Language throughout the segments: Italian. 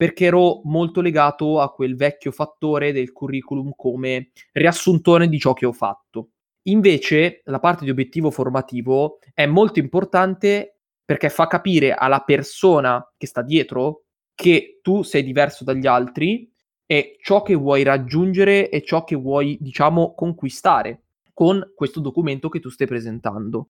perché ero molto legato a quel vecchio fattore del curriculum come riassuntone di ciò che ho fatto. Invece la parte di obiettivo formativo è molto importante perché fa capire alla persona che sta dietro che tu sei diverso dagli altri e ciò che vuoi raggiungere e ciò che vuoi, diciamo, conquistare con questo documento che tu stai presentando.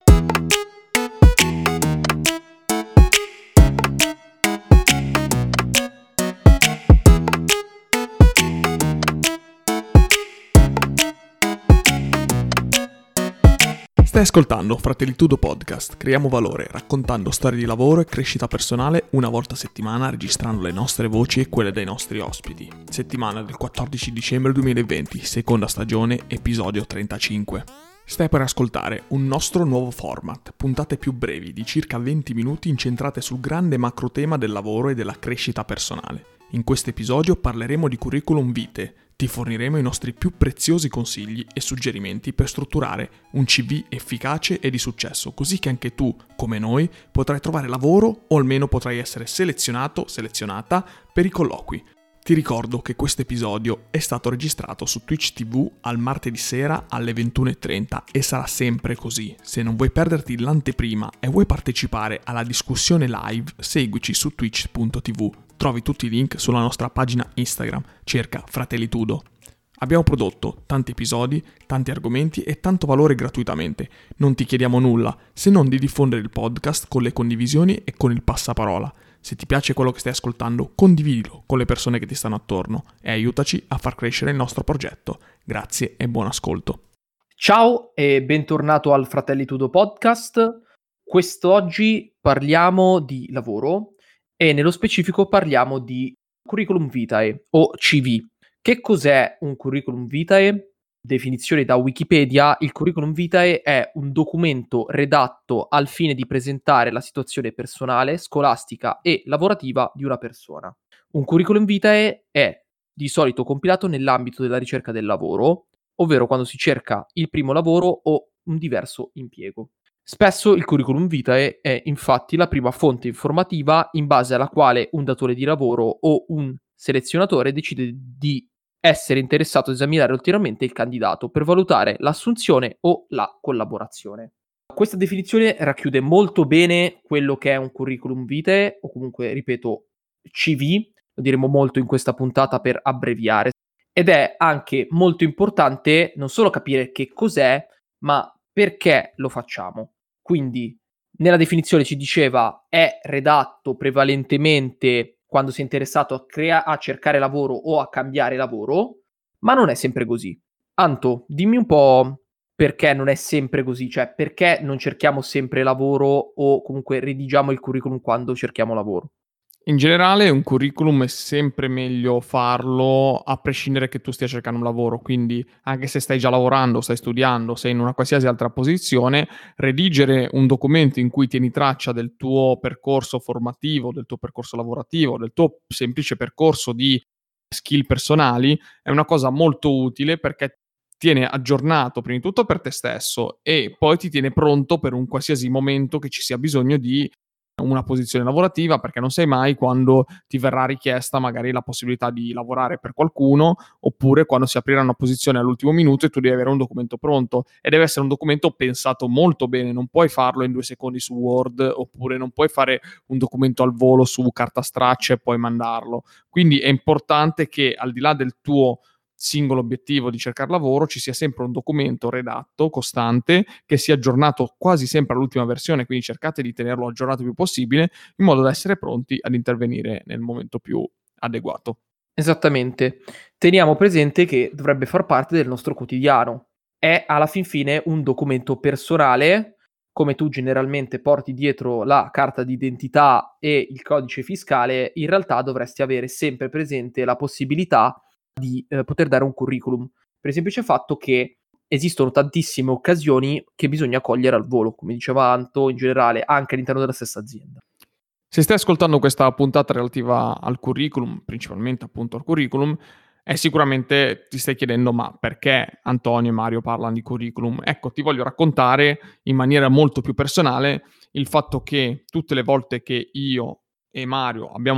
Stai ascoltando Fratellitudo Podcast, creiamo valore raccontando storie di lavoro e crescita personale una volta a settimana registrando le nostre voci e quelle dei nostri ospiti. Settimana del 14 dicembre 2020, seconda stagione, episodio 35. Stai per ascoltare un nostro nuovo format, puntate più brevi di circa 20 minuti incentrate sul grande macro tema del lavoro e della crescita personale. In questo episodio parleremo di curriculum vitae. Ti forniremo i nostri più preziosi consigli e suggerimenti per strutturare un CV efficace e di successo, così che anche tu, come noi, potrai trovare lavoro o almeno potrai essere selezionata per i colloqui. Ti ricordo che questo episodio è stato registrato su Twitch TV al martedì sera alle 21:30 e sarà sempre così. Se non vuoi perderti l'anteprima e vuoi partecipare alla discussione live, seguici su twitch.tv. Trovi tutti i link sulla nostra pagina Instagram, cerca Fratellitudo. Abbiamo prodotto tanti episodi, tanti argomenti e tanto valore gratuitamente. Non ti chiediamo nulla, se non di diffondere il podcast con le condivisioni e con il passaparola. Se ti piace quello che stai ascoltando, condividilo con le persone che ti stanno attorno e aiutaci a far crescere il nostro progetto. Grazie e buon ascolto. Ciao e bentornato al Fratellitudo Podcast. Quest'oggi parliamo di lavoro e nello specifico parliamo di curriculum vitae o CV. Che cos'è un curriculum vitae? Definizione da Wikipedia: il curriculum vitae è un documento redatto al fine di presentare la situazione personale, scolastica e lavorativa di una persona. Un curriculum vitae è di solito compilato nell'ambito della ricerca del lavoro, ovvero quando si cerca il primo lavoro o un diverso impiego. Spesso il curriculum vitae è infatti la prima fonte informativa in base alla quale un datore di lavoro o un selezionatore decide di essere interessato a esaminare ulteriormente il candidato per valutare l'assunzione o la collaborazione. Questa definizione racchiude molto bene quello che è un curriculum vitae, o comunque, ripeto, CV, lo diremo molto in questa puntata per abbreviare, ed è anche molto importante non solo capire che cos'è, ma perché lo facciamo. Quindi, nella definizione ci diceva è redatto prevalentemente quando si è interessato a cercare lavoro o a cambiare lavoro, ma non è sempre così. Anto, dimmi un po' perché non è sempre così, cioè perché non cerchiamo sempre lavoro o comunque redigiamo il curriculum quando cerchiamo lavoro. In generale un curriculum è sempre meglio farlo a prescindere che tu stia cercando un lavoro, quindi anche se stai già lavorando, stai studiando, sei in una qualsiasi altra posizione, redigere un documento in cui tieni traccia del tuo percorso formativo, del tuo percorso lavorativo, del tuo semplice percorso di skill personali è una cosa molto utile perché tiene aggiornato prima di tutto per te stesso e poi ti tiene pronto per un qualsiasi momento che ci sia bisogno di una posizione lavorativa, perché non sai mai quando ti verrà richiesta magari la possibilità di lavorare per qualcuno, oppure quando si aprirà una posizione all'ultimo minuto e tu devi avere un documento pronto e deve essere un documento pensato molto bene, non puoi farlo in 2 secondi su Word, oppure non puoi fare un documento al volo su carta straccia e poi mandarlo. Quindi è importante che al di là del tuo singolo obiettivo di cercare lavoro ci sia sempre un documento redatto, costante, che sia aggiornato quasi sempre all'ultima versione, quindi cercate di tenerlo aggiornato il più possibile in modo da essere pronti ad intervenire nel momento più adeguato. Esattamente. Teniamo presente che dovrebbe far parte del nostro quotidiano. È alla fin fine un documento personale, come tu generalmente porti dietro la carta d'identità e il codice fiscale, in realtà dovresti avere sempre presente la possibilità di poter dare un curriculum, per il semplice fatto che esistono tantissime occasioni che bisogna cogliere al volo, come diceva Anto, in generale, anche all'interno della stessa azienda. Se stai ascoltando questa puntata relativa al curriculum, principalmente appunto al curriculum, sicuramente ti stai chiedendo ma perché Antonio e Mario parlano di curriculum? Ecco, ti voglio raccontare in maniera molto più personale il fatto che tutte le volte che io e Mario abbiamo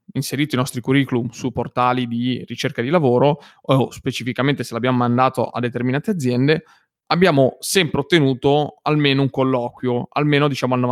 inserito i nostri curriculum su portali di ricerca di lavoro o specificamente se l'abbiamo mandato a determinate aziende, abbiamo sempre ottenuto almeno un colloquio, almeno diciamo al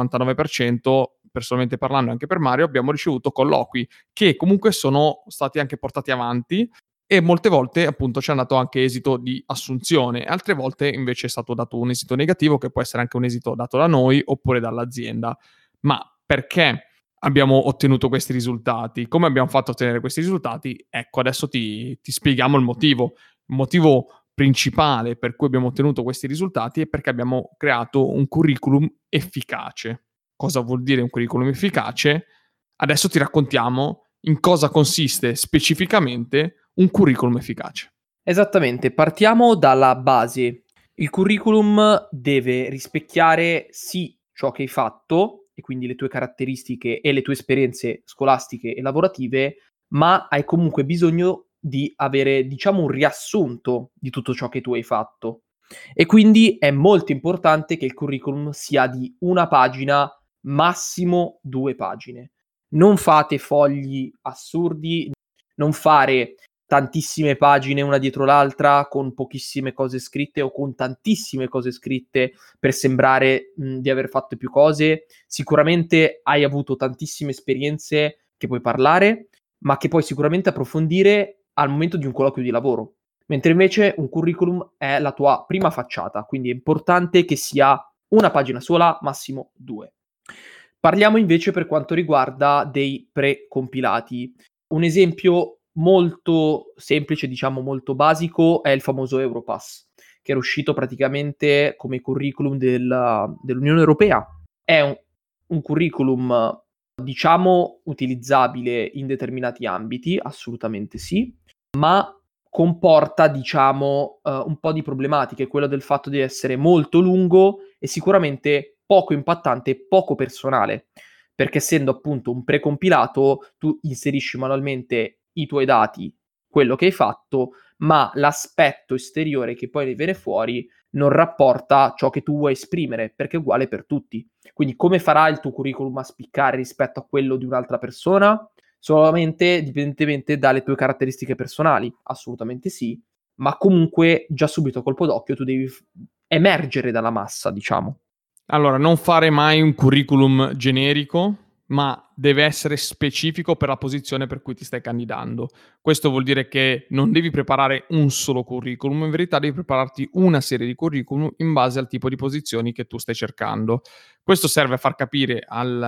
99%, personalmente parlando anche per Mario, abbiamo ricevuto colloqui che comunque sono stati anche portati avanti e molte volte appunto ci hanno dato anche esito di assunzione, altre volte invece è stato dato un esito negativo che può essere anche un esito dato da noi oppure dall'azienda. Ma perché abbiamo ottenuto questi risultati? Come abbiamo fatto a ottenere questi risultati? Ecco, adesso ti spieghiamo il motivo. Il motivo principale per cui abbiamo ottenuto questi risultati è perché abbiamo creato un curriculum efficace. Cosa vuol dire un curriculum efficace? Adesso ti raccontiamo in cosa consiste specificamente un curriculum efficace. Esattamente, partiamo dalla base. Il curriculum deve rispecchiare sì ciò che hai fatto, e quindi le tue caratteristiche e le tue esperienze scolastiche e lavorative, ma hai comunque bisogno di avere, diciamo, un riassunto di tutto ciò che tu hai fatto. E quindi è molto importante che il curriculum sia di una pagina, massimo 2 pagine. Non fate fogli assurdi, non fare tantissime pagine una dietro l'altra con pochissime cose scritte o con tantissime cose scritte per sembrare, di aver fatto più cose. Sicuramente hai avuto tantissime esperienze che puoi parlare, ma che puoi sicuramente approfondire al momento di un colloquio di lavoro. Mentre invece un curriculum è la tua prima facciata, quindi è importante che sia una pagina sola, massimo 2. Parliamo invece per quanto riguarda dei precompilati. Un esempio molto semplice, diciamo molto basico, è il famoso Europass, che era uscito praticamente come curriculum dell'Unione Europea. È un curriculum, diciamo, utilizzabile in determinati ambiti, assolutamente sì, ma comporta, diciamo, un po' di problematiche, quello del fatto di essere molto lungo e sicuramente poco impattante e poco personale, perché essendo appunto un precompilato, tu inserisci manualmente i tuoi dati, quello che hai fatto, ma l'aspetto esteriore che poi ne viene fuori non rapporta ciò che tu vuoi esprimere, perché è uguale per tutti. Quindi come farà il tuo curriculum a spiccare rispetto a quello di un'altra persona? Solamente dipendentemente dalle tue caratteristiche personali, assolutamente sì, ma comunque già subito a colpo d'occhio tu devi emergere dalla massa, diciamo. Allora, non fare mai un curriculum generico, ma deve essere specifico per la posizione per cui ti stai candidando. Questo vuol dire che non devi preparare un solo curriculum, in verità devi prepararti una serie di curriculum in base al tipo di posizioni che tu stai cercando. Questo serve a far capire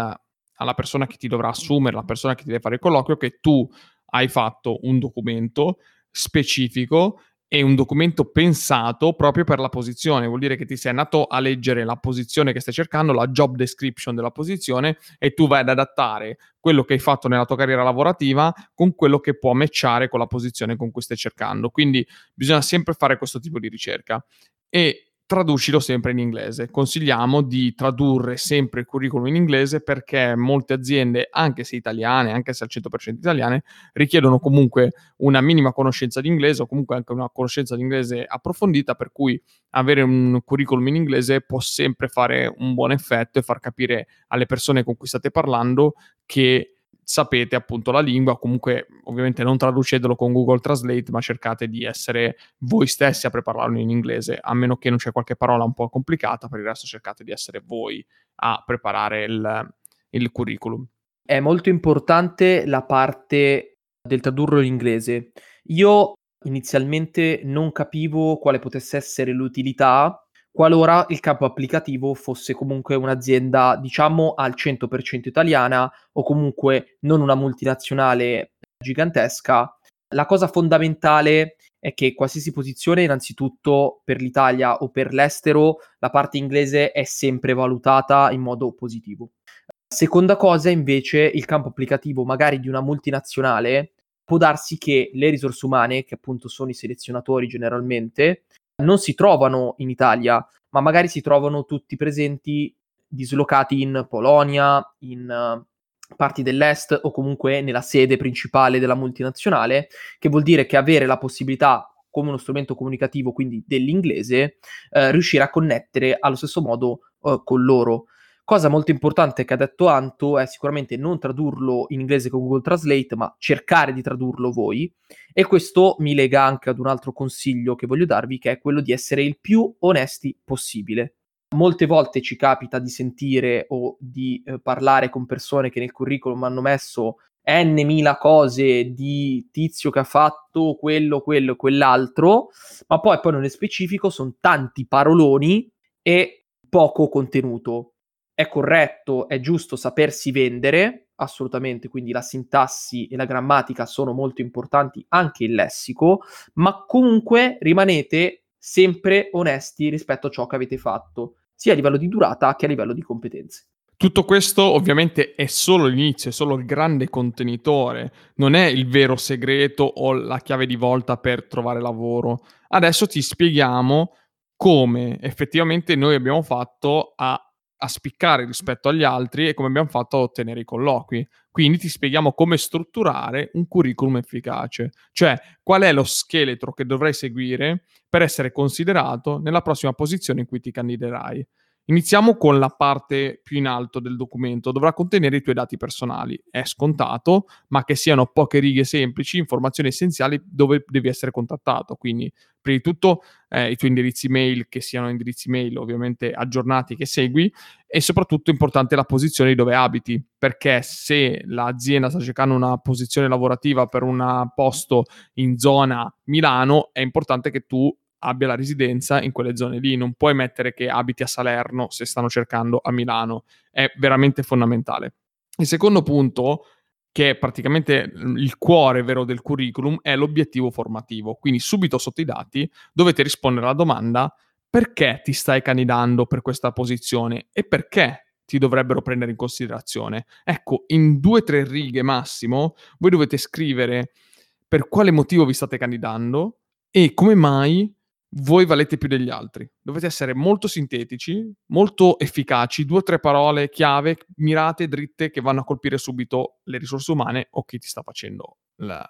alla persona che ti dovrà assumere, alla persona che ti deve fare il colloquio, che tu hai fatto un documento specifico è un documento pensato proprio per la posizione, vuol dire che ti sei andato a leggere la posizione che stai cercando, la job description della posizione e tu vai ad adattare quello che hai fatto nella tua carriera lavorativa con quello che può matchare con la posizione con cui stai cercando. Quindi bisogna sempre fare questo tipo di ricerca e traducilo sempre in inglese. Consigliamo di tradurre sempre il curriculum in inglese perché molte aziende, anche se italiane, anche se al 100% italiane, richiedono comunque una minima conoscenza di inglese o comunque anche una conoscenza di inglese approfondita, per cui avere un curriculum in inglese può sempre fare un buon effetto e far capire alle persone con cui state parlando che sapete appunto la lingua, comunque ovviamente non traducetelo con Google Translate, ma cercate di essere voi stessi a prepararlo in inglese, a meno che non c'è qualche parola un po' complicata, per il resto cercate di essere voi a preparare il curriculum. È molto importante la parte del tradurlo in inglese. Io inizialmente non capivo quale potesse essere l'utilità qualora il campo applicativo fosse comunque un'azienda, diciamo, al 100% italiana o comunque non una multinazionale gigantesca. La cosa fondamentale è che qualsiasi posizione, innanzitutto per l'Italia o per l'estero, la parte inglese è sempre valutata in modo positivo. Seconda cosa invece, il campo applicativo magari di una multinazionale, può darsi che le risorse umane, che appunto sono i selezionatori generalmente, non si trovano in Italia, ma magari si trovano tutti presenti dislocati in Polonia, in parti dell'est o comunque nella sede principale della multinazionale, che vuol dire che avere la possibilità, come uno strumento comunicativo, quindi dell'inglese, riuscire a connettere allo stesso modo, con loro. Cosa molto importante che ha detto Anto è sicuramente non tradurlo in inglese con Google Translate, ma cercare di tradurlo voi. E questo mi lega anche ad un altro consiglio che voglio darvi, che è quello di essere il più onesti possibile. Molte volte ci capita di sentire o di parlare con persone che nel curriculum hanno messo N mila cose di tizio che ha fatto quello e quell'altro, ma poi nello specifico son tanti paroloni e poco contenuto. È corretto, è giusto sapersi vendere, assolutamente, quindi la sintassi e la grammatica sono molto importanti, anche il lessico, ma comunque rimanete sempre onesti rispetto a ciò che avete fatto, sia a livello di durata che a livello di competenze. Tutto questo ovviamente è solo l'inizio, è solo il grande contenitore, non è il vero segreto o la chiave di volta per trovare lavoro. Adesso ti spieghiamo come effettivamente noi abbiamo fatto a spiccare rispetto agli altri e come abbiamo fatto a ottenere i colloqui. Quindi ti spieghiamo come strutturare un curriculum efficace, cioè qual è lo scheletro che dovrai seguire per essere considerato nella prossima posizione in cui ti candiderai. Iniziamo con la parte più in alto del documento, dovrà contenere i tuoi dati personali. È scontato, ma che siano poche righe semplici, informazioni essenziali dove devi essere contattato. Quindi, prima di tutto, i tuoi indirizzi mail, che siano indirizzi mail ovviamente aggiornati che segui, e soprattutto importante la posizione di dove abiti, perché se l'azienda sta cercando una posizione lavorativa per un posto in zona Milano, è importante che tu abbia la residenza in quelle zone lì. Non puoi mettere che abiti a Salerno se stanno cercando a Milano. È veramente fondamentale. Il secondo punto, che è praticamente il cuore vero del curriculum, è l'obiettivo formativo. Quindi subito sotto i dati dovete rispondere alla domanda: perché ti stai candidando per questa posizione e perché ti dovrebbero prendere in considerazione? Ecco, in 2-3 righe massimo voi dovete scrivere per quale motivo vi state candidando e come mai voi valete più degli altri. Dovete essere molto sintetici, molto efficaci, 2 o 3 parole chiave mirate, dritte, che vanno a colpire subito le risorse umane o chi ti sta facendo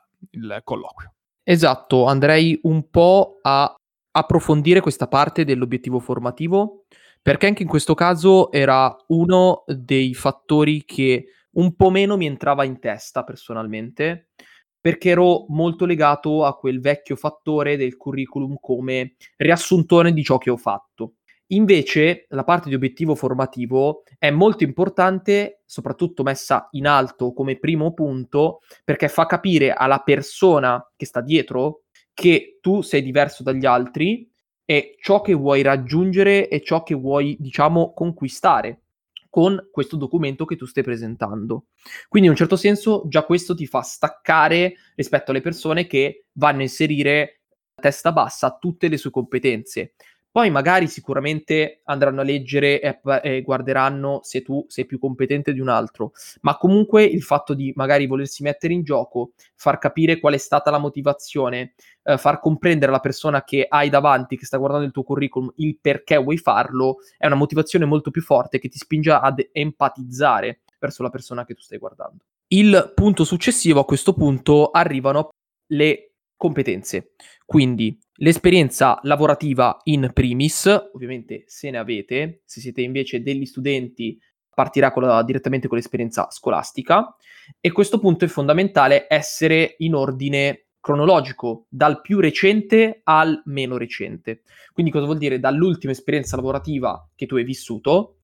il colloquio. Esatto, andrei un po' a approfondire questa parte dell'obiettivo formativo, perché anche in questo caso era uno dei fattori che un po' meno mi entrava in testa personalmente, perché ero molto legato a quel vecchio fattore del curriculum come riassuntone di ciò che ho fatto. Invece la parte di obiettivo formativo è molto importante, soprattutto messa in alto come primo punto, perché fa capire alla persona che sta dietro che tu sei diverso dagli altri e ciò che vuoi raggiungere e ciò che vuoi, diciamo, conquistare con questo documento che tu stai presentando. Quindi in un certo senso già questo ti fa staccare rispetto alle persone che vanno a inserire a testa bassa tutte le sue competenze. Poi magari sicuramente andranno a leggere e guarderanno se tu sei più competente di un altro, ma comunque il fatto di magari volersi mettere in gioco, far capire qual è stata la motivazione, far comprendere alla persona che hai davanti, che sta guardando il tuo curriculum, il perché vuoi farlo, è una motivazione molto più forte che ti spinge ad empatizzare verso la persona che tu stai guardando. Il punto successivo, a questo punto, arrivano le competenze. Quindi l'esperienza lavorativa in primis, ovviamente se ne avete, se siete invece degli studenti partirà direttamente con l'esperienza scolastica e questo punto è fondamentale essere in ordine cronologico, dal più recente al meno recente. Quindi cosa vuol dire? Dall'ultima esperienza lavorativa che tu hai vissuto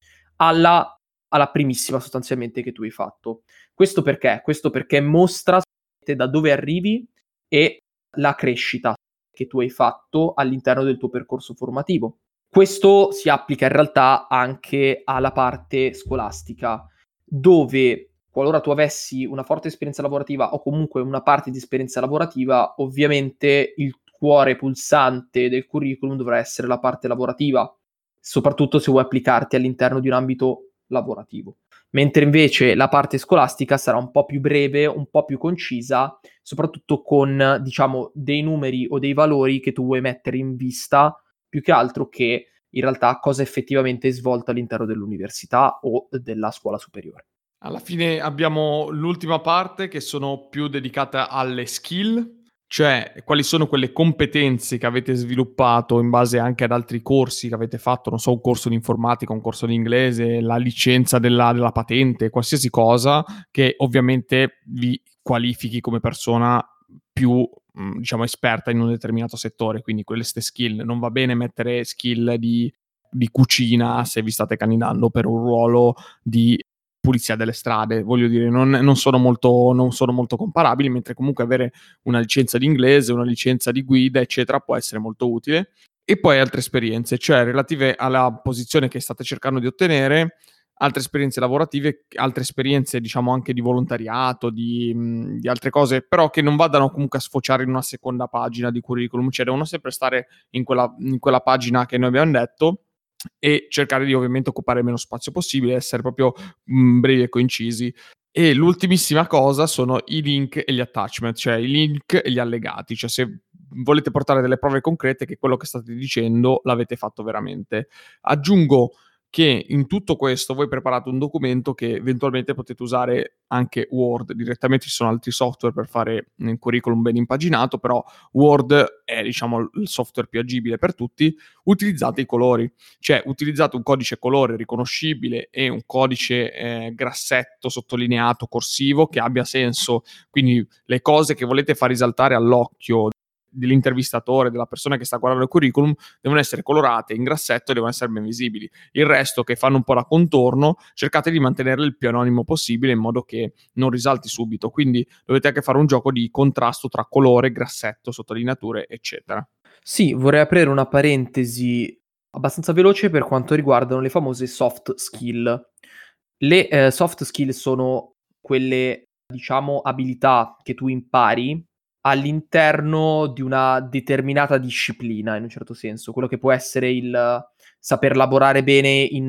alla primissima sostanzialmente che tu hai fatto. Questo perché? Questo perché mostra da dove arrivi e la crescita che tu hai fatto all'interno del tuo percorso formativo. Questo si applica in realtà anche alla parte scolastica, dove qualora tu avessi una forte esperienza lavorativa o comunque una parte di esperienza lavorativa, ovviamente il cuore pulsante del curriculum dovrà essere la parte lavorativa, soprattutto se vuoi applicarti all'interno di un ambito lavorativo. Mentre invece la parte scolastica sarà un po' più breve, un po' più concisa, soprattutto con, diciamo, dei numeri o dei valori che tu vuoi mettere in vista, più che altro che in realtà cosa effettivamente hai svolto all'interno dell'università o della scuola superiore. Alla fine abbiamo l'ultima parte che sono più dedicate alle skill, Cioè, quali sono quelle competenze che avete sviluppato in base anche ad altri corsi che avete fatto, non so, un corso di informatica, un corso di inglese, la licenza della patente, qualsiasi cosa che ovviamente vi qualifichi come persona più, diciamo, esperta in un determinato settore, quindi quelle ste skill. Non va bene mettere skill di cucina se vi state candidando per un ruolo di pulizia delle strade. Voglio dire, non sono molto comparabili, mentre comunque avere una licenza di inglese, una licenza di guida, eccetera, può essere molto utile. E poi altre esperienze, cioè relative alla posizione che state cercando di ottenere, altre esperienze lavorative, altre esperienze diciamo anche di volontariato, di altre cose, però che non vadano comunque a sfociare in una seconda pagina di curriculum, cioè devono sempre stare in quella pagina che noi abbiamo detto e cercare di ovviamente occupare meno spazio possibile, essere proprio, brevi e concisi. E l'ultimissima cosa sono i link e gli attachment, cioè i link e gli allegati, cioè se volete portare delle prove concrete che quello che state dicendo l'avete fatto veramente. Aggiungo che in tutto questo voi preparate un documento che eventualmente potete usare anche Word, direttamente ci sono altri software per fare un curriculum ben impaginato, però Word è diciamo il software più agibile per tutti, utilizzate i colori, cioè utilizzate un codice colore riconoscibile e un codice grassetto, sottolineato, corsivo che abbia senso, quindi le cose che volete far risaltare all'occhio dell'intervistatore, della persona che sta guardando il curriculum, devono essere colorate in grassetto e devono essere ben visibili. Il resto, che fanno un po' da contorno, cercate di mantenerle il più anonimo possibile in modo che non risalti subito. Quindi dovete anche fare un gioco di contrasto tra colore, grassetto, sottolineature, eccetera. Sì, vorrei aprire una parentesi abbastanza veloce per quanto riguardano le famose soft skill. Le, soft skill sono quelle, diciamo, abilità che tu impari all'interno di una determinata disciplina, in un certo senso. Quello che può essere il saper lavorare bene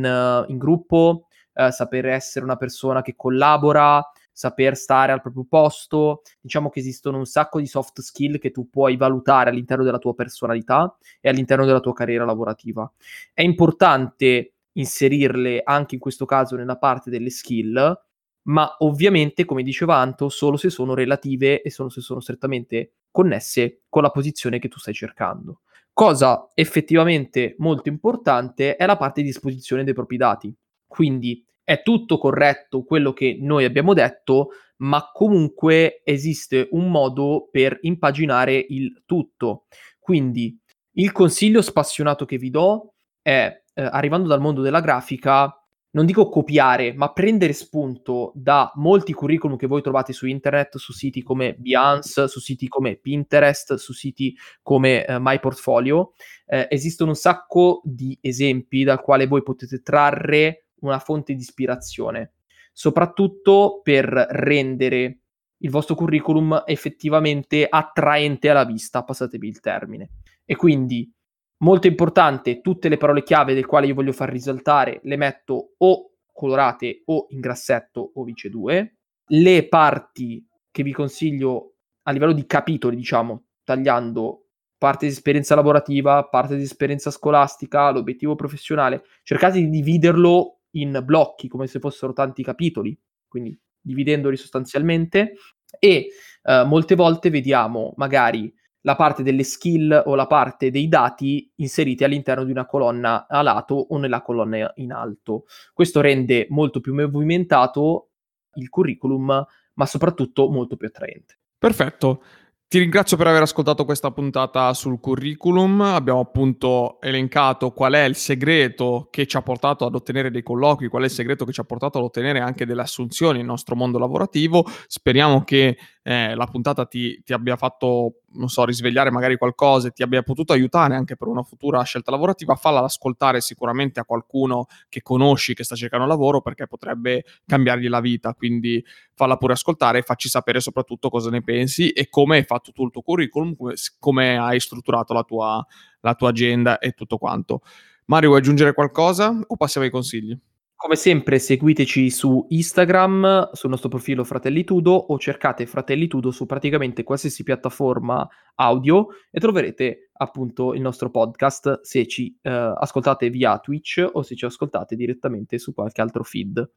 in gruppo, saper essere una persona che collabora, saper stare al proprio posto. Diciamo che esistono un sacco di soft skill che tu puoi valutare all'interno della tua personalità e all'interno della tua carriera lavorativa. È importante inserirle anche in questo caso nella parte delle skill, ma ovviamente, come diceva Anto, solo se sono relative e solo se sono strettamente connesse con la posizione che tu stai cercando. Cosa effettivamente molto importante è la parte di esposizione dei propri dati. Quindi è tutto corretto quello che noi abbiamo detto, ma comunque esiste un modo per impaginare il tutto. Quindi il consiglio spassionato che vi do è, arrivando dal mondo della grafica, non dico copiare, ma prendere spunto da molti curriculum che voi trovate su internet, su siti come Behance, su siti come Pinterest, su siti come, MyPortfolio. Esistono un sacco di esempi dal quale voi potete trarre una fonte di ispirazione, soprattutto per rendere il vostro curriculum effettivamente attraente alla vista, passatemi il termine. E quindi molto importante, tutte le parole chiave del quale io voglio far risaltare le metto o colorate o in grassetto o vice 2. Le parti che vi consiglio a livello di capitoli, diciamo, tagliando parte di esperienza lavorativa, parte di esperienza scolastica, l'obiettivo professionale, cercate di dividerlo in blocchi come se fossero tanti capitoli, quindi dividendoli sostanzialmente e molte volte vediamo magari la parte delle skill o la parte dei dati inseriti all'interno di una colonna a lato o nella colonna in alto. Questo rende molto più movimentato il curriculum, ma soprattutto molto più attraente. Perfetto. Ti ringrazio per aver ascoltato questa puntata sul curriculum. Abbiamo appunto elencato qual è il segreto che ci ha portato ad ottenere dei colloqui, qual è il segreto che ci ha portato ad ottenere anche delle assunzioni nel nostro mondo lavorativo. Speriamo che la puntata ti abbia fatto, non so, risvegliare magari qualcosa e ti abbia potuto aiutare anche per una futura scelta lavorativa. Falla ascoltare sicuramente a qualcuno che conosci, che sta cercando lavoro, perché potrebbe cambiargli la vita. Quindi falla pure ascoltare e facci sapere soprattutto cosa ne pensi e come hai fatto tu il tuo curriculum, come hai strutturato la tua agenda e tutto quanto. Mario, vuoi aggiungere qualcosa o passiamo ai consigli? Come sempre seguiteci su Instagram, sul nostro profilo Fratelli Tudo o cercate Fratelli Tudo su praticamente qualsiasi piattaforma audio e troverete appunto il nostro podcast se ci ascoltate via Twitch o se ci ascoltate direttamente su qualche altro feed.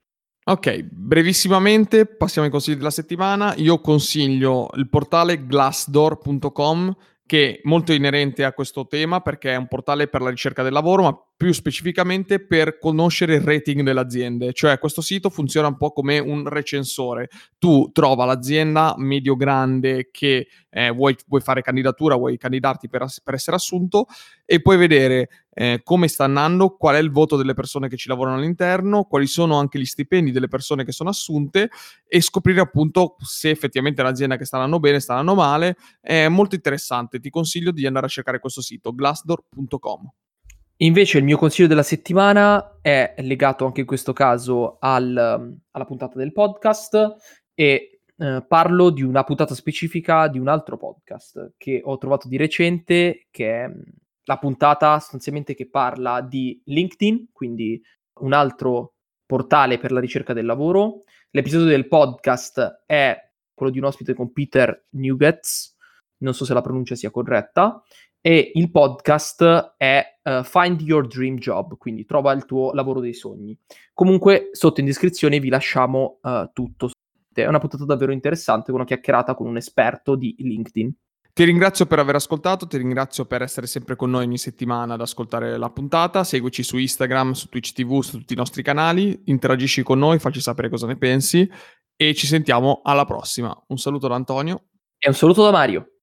Ok, brevissimamente passiamo ai consigli della settimana. Io consiglio il portale glassdoor.com, che è molto inerente a questo tema perché è un portale per la ricerca del lavoro, ma più specificamente per conoscere il rating delle aziende. Cioè questo sito funziona un po' come un recensore. Tu trova l'azienda medio-grande che vuoi fare candidatura, vuoi candidarti per essere assunto e puoi vedere come sta andando, qual è il voto delle persone che ci lavorano all'interno, quali sono anche gli stipendi delle persone che sono assunte e scoprire appunto se effettivamente è un'azienda che sta andando bene, sta andando male. È molto interessante, ti consiglio di andare a cercare questo sito, glassdoor.com. Invece il mio consiglio della settimana è legato anche in questo caso alla puntata del podcast e parlo di una puntata specifica di un altro podcast che ho trovato di recente, che è la puntata sostanzialmente che parla di LinkedIn, quindi un altro portale per la ricerca del lavoro. L'episodio del podcast è quello di un ospite con Peter Nugetz, non so se la pronuncia sia corretta, e il podcast è Find Your Dream Job, quindi trova il tuo lavoro dei sogni. Comunque sotto in descrizione vi lasciamo tutto. È una puntata davvero interessante, con una chiacchierata con un esperto di LinkedIn. Ti ringrazio per aver ascoltato, ti ringrazio per essere sempre con noi ogni settimana ad ascoltare la puntata. Seguici su Instagram, su Twitch TV, su tutti i nostri canali, interagisci con noi, facci sapere cosa ne pensi e ci sentiamo alla prossima. Un saluto da Antonio. E un saluto da Mario.